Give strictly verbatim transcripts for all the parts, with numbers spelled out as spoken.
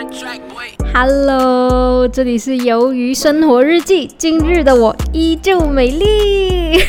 Hello， 这里是鱿鱼生活日记，今日的我依旧美丽。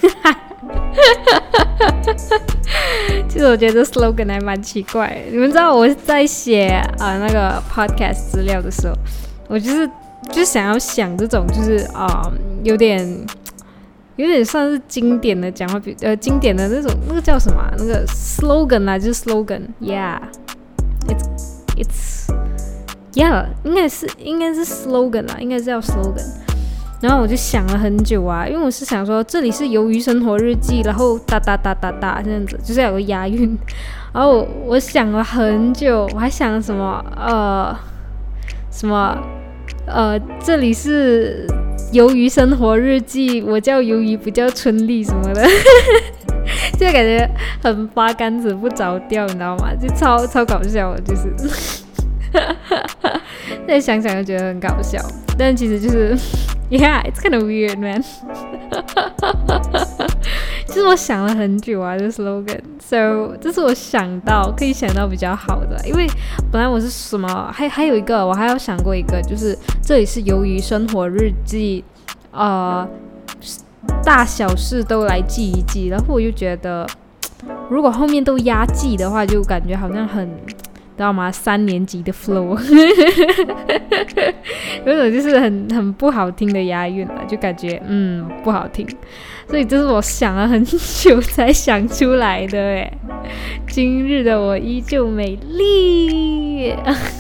其实我觉得 slogan 还蛮奇怪的，你们知道我在写、呃、那个 podcast 资料的时候，我就是就是想要想这种就是啊、呃、有点有点算是经典的讲话，呃经典的那种那个叫什么、啊、那个 slogan 啊，就是 slogan，yeah，it's it's yeah， 应该是应该是 slogan 啦，应该是叫 slogan。然后我就想了很久啊，因为我是想说这里是鱿鱼生活日记，然后哒哒哒哒哒这样子，就是要有押韵。然后 我, 我想了很久，我还想什么呃什么呃这里是鱿鱼生活日记，我叫鱿鱼不叫春丽什么的，就感觉很八竿子不着调，你知道吗？就超超搞笑的，就是。现在想想就觉得很搞笑，但其实就是 yeah it's kind of weird man 就是我想了很久啊，这 slogan so 这是我想到可以想到比较好的，因为本来我是什么还还有一个我还有想过一个，就是这里是鱿鱼生活日记，呃大小事都来记一记，然后我就觉得如果后面都压记的话，就感觉好像很知道吗？三年级的 flow 有种就是很很不好听的押韵了，就感觉嗯不好听，所以这是我想了很久才想出来的耶。今日的我依旧美丽。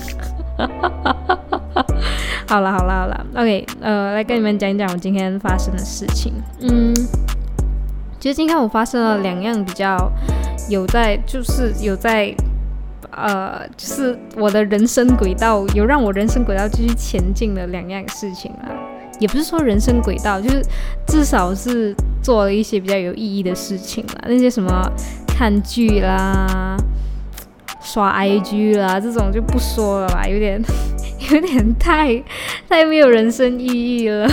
好了好了好了 OK 呃，来跟你们讲一讲我今天发生的事情。嗯，其实今天我发生了两样比较有在就是有在呃，就是我的人生轨道有让我人生轨道继续前进的两样事情啦，也不是说人生轨道，就是至少是做了一些比较有意义的事情啦。那些什么看剧啦、刷 I G 啦，这种就不说了吧，有点有点太太没有人生意义了。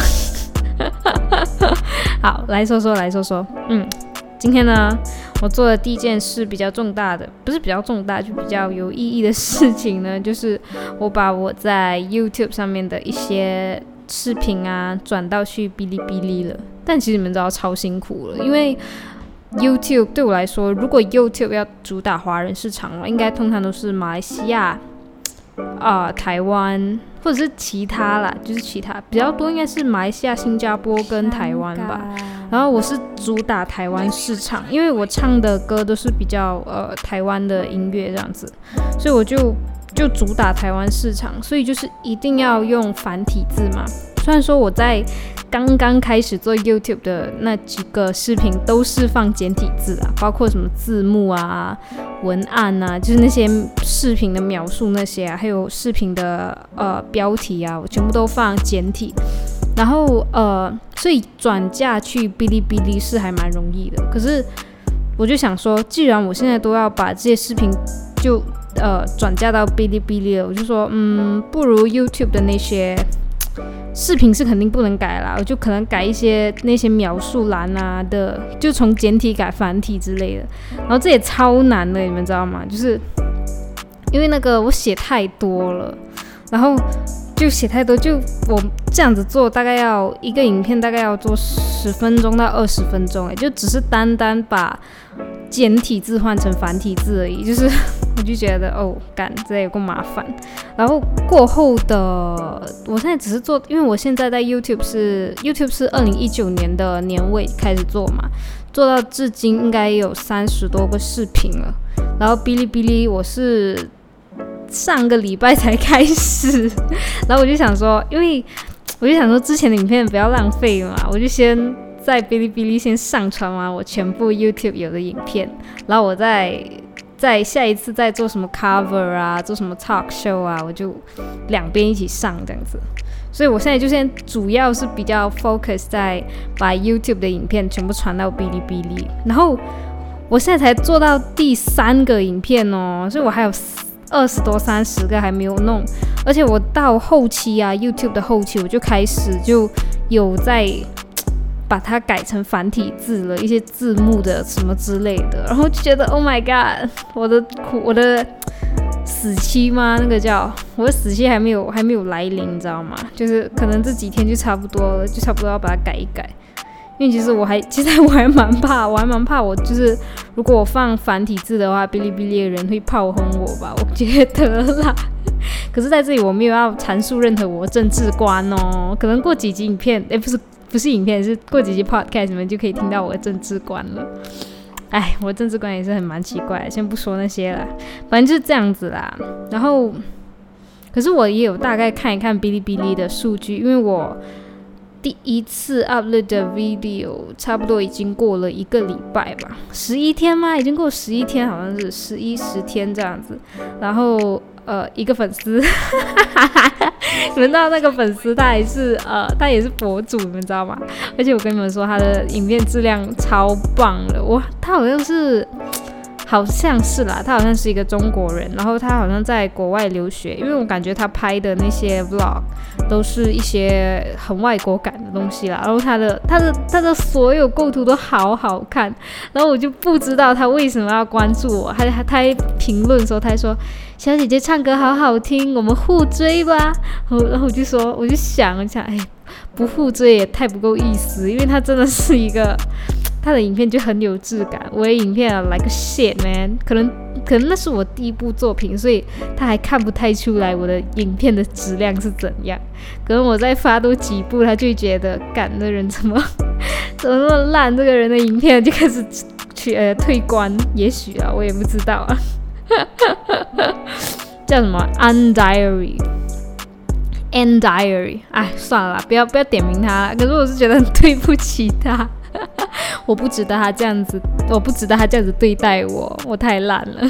好，来说说来说说，嗯，今天呢？我做的第一件事比较重大的，不是比较重大，就比较有意义的事情呢，就是我把我在 YouTube 上面的一些视频啊转到去哔哩哔哩了。但其实你们知道超辛苦了，因为 YouTube 对我来说，如果 YouTube 要主打华人市场了，应该通常都是马来西亚、呃、台湾或者是其他啦，就是其他比较多，应该是马来西亚、新加坡跟台湾吧。然后我是主打台湾市场，因为我唱的歌都是比较呃台湾的音乐这样子，所以我就就主打台湾市场，所以就是一定要用繁体字嘛。虽然说我在刚刚开始做 YouTube 的那几个视频都是放简体字啊，包括什么字幕啊、文案啊，就是那些视频的描述那些啊，还有视频的呃标题啊，我全部都放简体。然后呃，所以转嫁去哔哩哔哩是还蛮容易的。可是我就想说，既然我现在都要把这些视频就呃转嫁到哔哩哔哩了，我就说，嗯，不如 YouTube 的那些视频是肯定不能改啦，我就可能改一些那些描述栏啊的，就从简体改繁体之类的。然后这也超难的，你们知道吗？就是因为那个我写太多了，然后。就写太多，就我这样子做，大概要一个影片，大概要做十分钟到二十分钟，哎，就只是单单把简体字换成繁体字而已。就是我就觉得哦，干这有够麻烦。然后过后的，我现在只是做，因为我现在在 YouTube 是 YouTube 是二零一九年的年尾开始做嘛，做到至今应该有三十多个视频了。然后哔哩哔哩我是。上个礼拜才开始，然后我就想说，因为我就想说之前的影片不要浪费嘛，我就先在哔哩哔哩先上传完我全部 YouTube 有的影片，然后我再再下一次再做什么 cover 啊，做什么 talk show 啊，我就两边一起上这样子。所以我现在就先主要是比较 focus 在把 YouTube 的影片全部传到哔哩哔哩，然后我现在才做到第三个影片哦，所以我还有二十多三十个还没有弄，而且我到后期啊 YouTube 的后期我就开始就有在把它改成繁体字了，一些字幕的什么之类的，然后就觉得 Oh my god 我的苦我的死期吗？那个叫我的死期还没有还没有来临，你知道吗？就是可能这几天就差不多了，就差不多要把它改一改。因为其实我还其实我还蛮怕，我还蛮怕我就是如果我放繁体字的话，哔哩哔哩的人会炮轰我吧，我觉得啦。可是在这里我没有要阐述任何我政治观哦，可能过几集影片，哎，不是不是影片，是过几集 podcast 你们就可以听到我的政治观了。哎，我的政治观也是很蛮奇怪的，先不说那些啦，反正就是这样子啦。然后，可是我也有大概看一看哔哩哔哩的数据，因为我第一次 upload 的 video 差不多已经过了一个礼拜吧，十一天吗？已经过十一天，好像是十一十天这样子。然后呃，一个粉丝，你们知道那个粉丝他也是呃，他也是博主，你们知道吗？而且我跟你们说，他的影片质量超棒的，哇，他好像是。好像是啦，他好像是一个中国人，然后他好像在国外留学，因为我感觉他拍的那些 vlog 都是一些很外国感的东西啦，然后他的他的他的所有构图都好好看，然后我就不知道他为什么要关注我，他他他评论的时候他还说小姐姐唱歌好好听，我们互追吧，然后然后我就说我就想一下，哎，不互追也太不够意思，因为他真的是一个。他的影片就很有质感，我的影片啊 like a shit man， 可能可能那是我第一部作品，所以他还看不太出来我的影片的质量是怎样。可能我再发多几部，他就会觉得干的人怎么怎么那么烂，这个人的影片就开始去呃退关，也许啊，我也不知道啊。叫什么 An Diary。An Diary， 哎，算了啦，不要不要点名他了。可是我是觉得很对不起他，我不值得他这样子，我不值得他这样子对待我，我太烂了。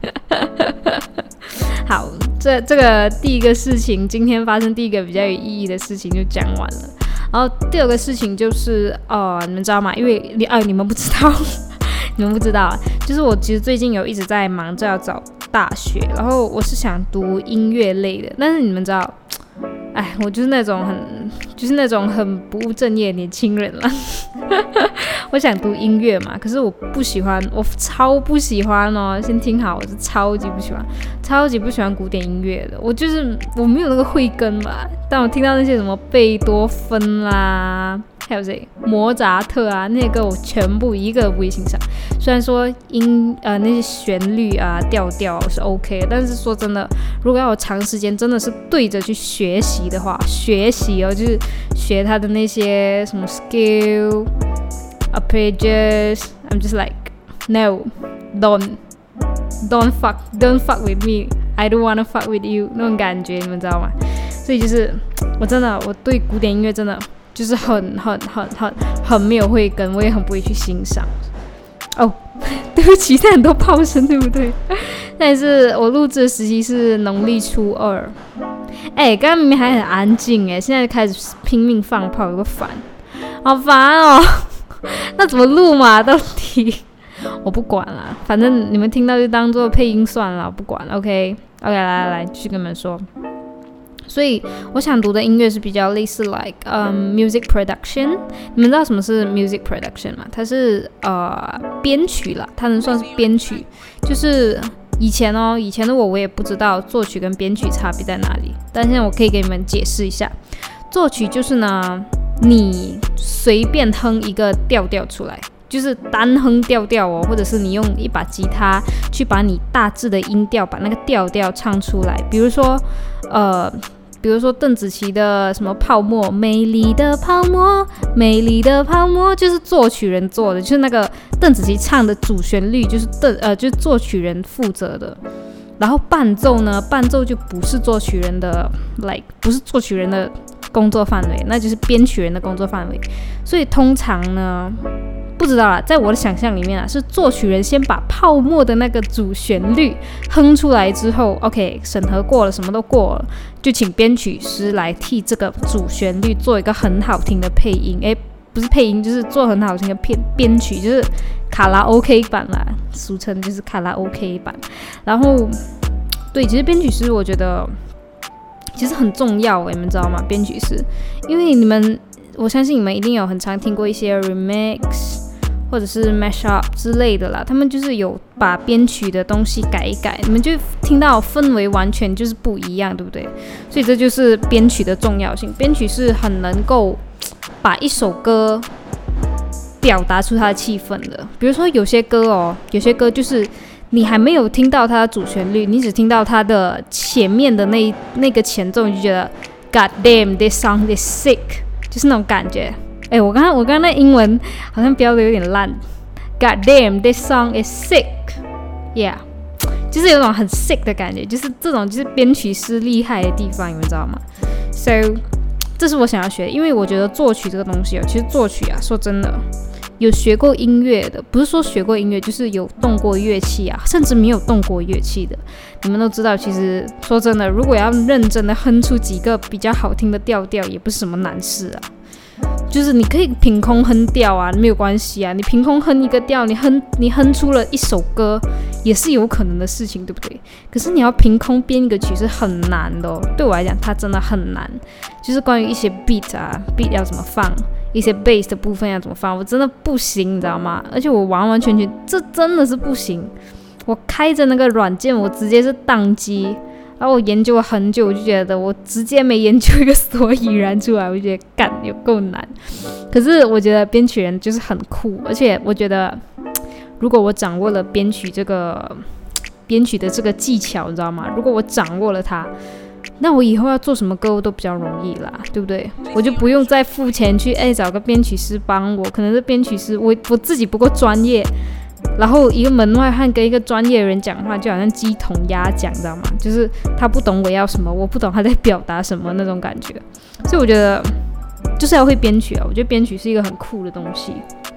好，这这个第一个事情，今天发生第一个比较有意义的事情就讲完了。然后第二个事情就是，哦，你们知道吗？因为你啊，你们不知道，你们不知道，就是我其实最近有一直在忙着要找大学，然后我是想读音乐类的，但是你们知道。哎，我就是那种很，就是那种很不务正业的年轻人了。我想读音乐嘛，可是我不喜欢，我超不喜欢哦。先听好，我是超级不喜欢，超级不喜欢古典音乐的。我就是我没有那个慧根吧。但我听到那些什么贝多芬啦，还有谁，莫扎特啊，那些歌我全部一个都不会欣赏。虽然说音呃那些旋律啊调调是 OK 的，但是说真的，如果要我长时间真的是对着去学习的话，学习哦就是学他的那些什么 skill arpeggios I'm just like no don't don't fuck don't fuck with me I don't wanna fuck with you 那种感觉你们知道吗？所以就是我真的我对古典音乐真的就是很很很很很没有慧根，我也很不会去欣赏。哦，对不起，这很多炮声，对不对？但是我录制的时期是农历初二。哎，刚刚明明还很安静哎，现在开始拼命放炮，有个烦，好烦哦。那怎么录嘛？到底我不管了，反正你们听到就当做配音算了，我不管了。OK OK， 来来来，继续跟你们说。所以我想读的音乐是比较类似 like um, music production。 你们知道什么是 music production 吗？它是呃编曲啦，它能算是编曲。就是以前哦，以前的我我也不知道作曲跟编曲差别在哪里，但现在我可以给你们解释一下。作曲就是呢，你随便哼一个调调出来，就是单哼调调哦，或者是你用一把吉他去把你大致的音调把那个调调唱出来。比如说呃比如说邓紫棋的什么泡沫，美丽的泡沫，美丽的泡沫，就是作曲人做的，就是那个邓紫棋唱的主旋律，就是邓呃就是作曲人负责的。然后伴奏呢，伴奏就不是作曲人的 like 不是作曲人的工作范围，那就是编曲人的工作范围。所以通常呢，不知道啦，在我的想象里面啊，是作曲人先把泡沫的那个主旋律哼出来之后 ，OK， 审核过了，什么都过了，就请编曲师来替这个主旋律做一个很好听的配音。诶，不是配音，就是做很好听的编编曲，就是卡拉 OK 版啦，俗称就是卡拉 OK 版。然后，对，其实编曲师我觉得其实很重要诶，你们知道吗？编曲师，因为你们，我相信你们一定有很常听过一些 remix。 或者是 mash up 之类的啦，他们就是有把编曲的东西改一改，你们就听到氛围完全就是不一样，对不对？所以这就是编曲的重要性。编曲是很能够把一首歌表达出它的气氛的。比如说有些歌哦，有些歌就是你还没有听到它的主旋律，你只听到它的前面的那那个前奏，你就觉得 God damn, this song is sick， 就是那种感觉。哎，我刚刚我刚刚那英文好像标的有点烂。God damn, this song is sick. Yeah， 就是有种很 sick 的感觉，就是这种就是编曲师厉害的地方，你们知道吗 ？So， 这是我想要学的，因为我觉得作曲这个东西哦，其实作曲啊，说真的，有学过音乐的，不是说学过音乐，就是有动过乐器啊，甚至没有动过乐器的，你们都知道，其实说真的，如果要认真的哼出几个比较好听的调调，也不是什么难事啊。就是你可以凭空哼调啊，没有关系啊。你凭空哼一个调，你哼你哼出了一首歌，也是有可能的事情，对不对？可是你要凭空编一个曲是很难的哦。对我来讲，它真的很难。就是关于一些 beat 啊 ，beat 要怎么放，一些 bass 的部分要怎么放，我真的不行，你知道吗？而且我完完全全，这真的是不行。我开着那个软件，我直接是宕机。然后我研究了很久，我就觉得我直接没研究一个所以然出来，我就觉得干有够难。可是我觉得编曲人就是很酷，而且我觉得如果我掌握了编曲这个编曲的这个技巧，你知道吗？如果我掌握了它，那我以后要做什么歌我都比较容易啦，对不对？我就不用再付钱去哎找个编曲师帮我，可能是编曲师我我自己不够专业。然后一个门外汉跟一个专业的人讲话，就好像鸡同鸭讲，知道吗？就是他不懂我要什么，我不懂他在表达什么那种感觉。所以我觉得就是要会编曲啊，我觉得编曲是一个很酷的东西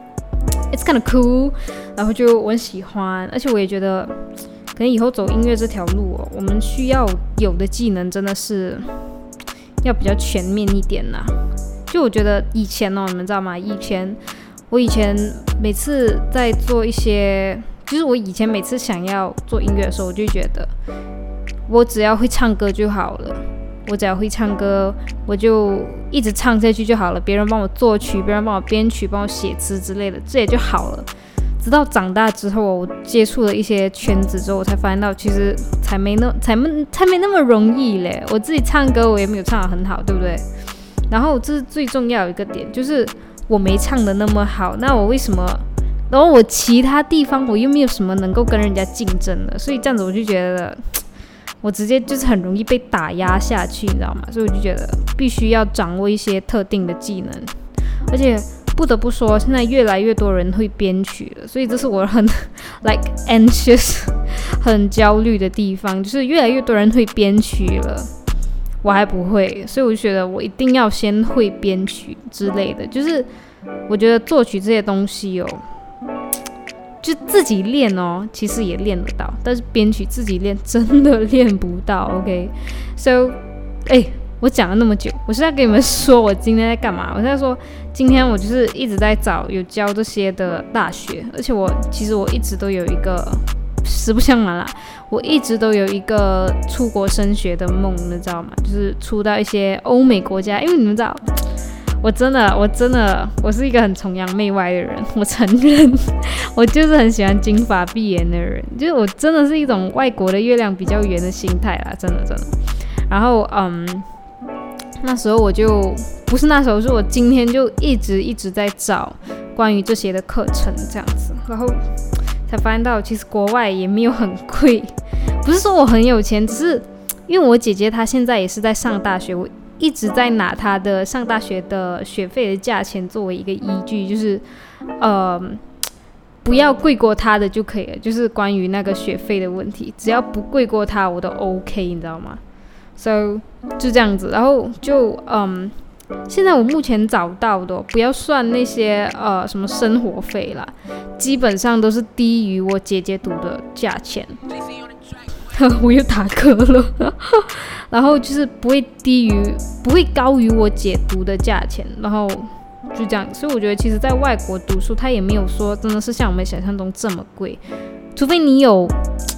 ，It's kind of cool。然后就我很喜欢，而且我也觉得，可能以后走音乐这条路哦，我们需要有的技能真的是要比较全面一点啦。就我觉得以前哦，你们知道吗？以前。我以前每次在做一些，就是我以前每次想要做音乐的时候，我就觉得我只要会唱歌就好了，我只要会唱歌，我就一直唱下去就好了，别人帮我作曲，别人帮我编曲，帮我写词之类的，这也就好了。直到长大之后，我接触了一些圈子之后，我才发现到其实才没那才没才没那么容易嘞。我自己唱歌我也没有唱得很好，对不对？然后这是最重要的一个点，就是我没唱的那么好，那我为什么？然后我其他地方我又没有什么能够跟人家竞争的，所以这样子我就觉得，我直接就是很容易被打压下去，你知道吗？所以我就觉得必须要掌握一些特定的技能，而且不得不说，现在越来越多人会编曲了，所以这是我很 like anxious 很焦虑的地方，就是越来越多人会编曲了。我还不会，所以我就觉得我一定要先会编曲之类的。就是我觉得作曲这些东西哦，就自己练哦，其实也练得到，但是编曲自己练真的练不到。OK，so， 哎，我讲了那么久，我是在跟你们说我今天在干嘛？我是在说今天我就是一直在找有教这些的大学，而且我其实我一直都有一个。实不相瞒啦，我一直都有一个出国升学的梦，你知道吗？就是出到一些欧美国家，因为你们知道，我真的，我真的，我是一个很崇洋媚外的人，我承认，我就是很喜欢金发碧眼的人，就是我真的是一种外国的月亮比较圆的心态啦，真的真的。然后，嗯，那时候我就不是那时候，是我今天就一直一直在找关于这些的课程这样子，然后。才发现到其实国外也没有很贵，不是说我很有钱，只是因为我姐姐她现在也是在上大学，我一直在拿她的上大学的学费的价钱作为一个依据，就是呃不要贵过她的就可以了，就是关于那个学费的问题，只要不贵过她我都 OK， 你知道吗 ？So 就这样子，然后就嗯。现在我目前找到的，不要算那些呃什么生活费啦，基本上都是低于我姐姐读的价钱。我又打嗝了，然后就是不会低于，不会高于我姐读的价钱，然后就这样。所以我觉得，其实在外国读书，它也没有说真的是像我们想象中这么贵，除非你有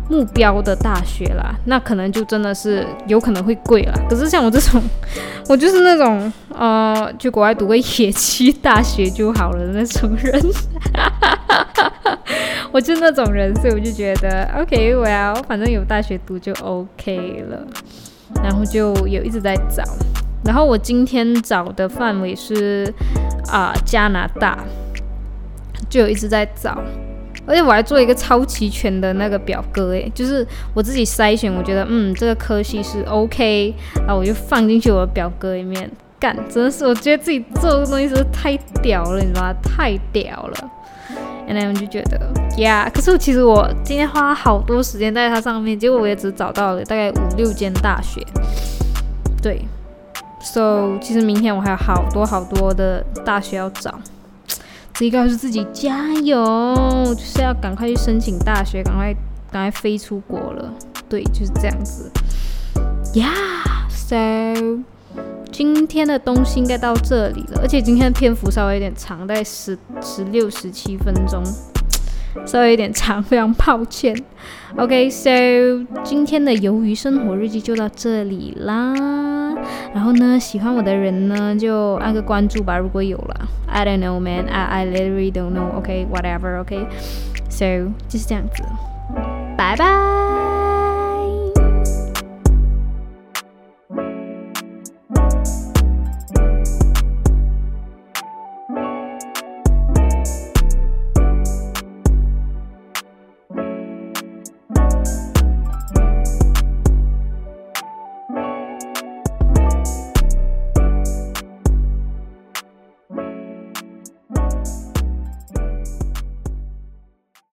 目标的大学啦，那可能就真的是有可能会贵啦。可是像我这种，我就是那种呃，去国外读个野鸡大学就好了的那种人，我就是那种人，所以我就觉得 OK， well， 反正有大学读就 OK 了，然后就有一直在找。然后我今天找的范围是啊、呃、加拿大，就有一直在找。而且我还做一个超齐全的那个表格，诶，就是我自己筛选，我觉得嗯这个科系是 OK， 然后我就放进去我的表格里面，干，真的是我觉得自己做这个东西真是太屌了，你知道吗？太屌了。然后我就觉得呀， yeah, 可是其实我今天花好多时间在它上面，结果我也只找到了大概五六间大学，对 ，so 其实明天我还有好多好多的大学要找。这一个是自己加油，就是要赶快去申请大学，赶快赶快飞出国了。对，就是这样子。Yeah, so 今天的东西应该到这里了，而且今天的篇幅稍微有点长，大概十十六十七分钟，稍微有点长，非常抱歉。OK, so 今天的鱿鱼生活日记就到这里啦。然后呢，喜欢我的人呢就按个关注吧，如果有啦。I don't know, man. I I literally don't know. Okay, whatever. Okay, so 就是这样子。拜拜。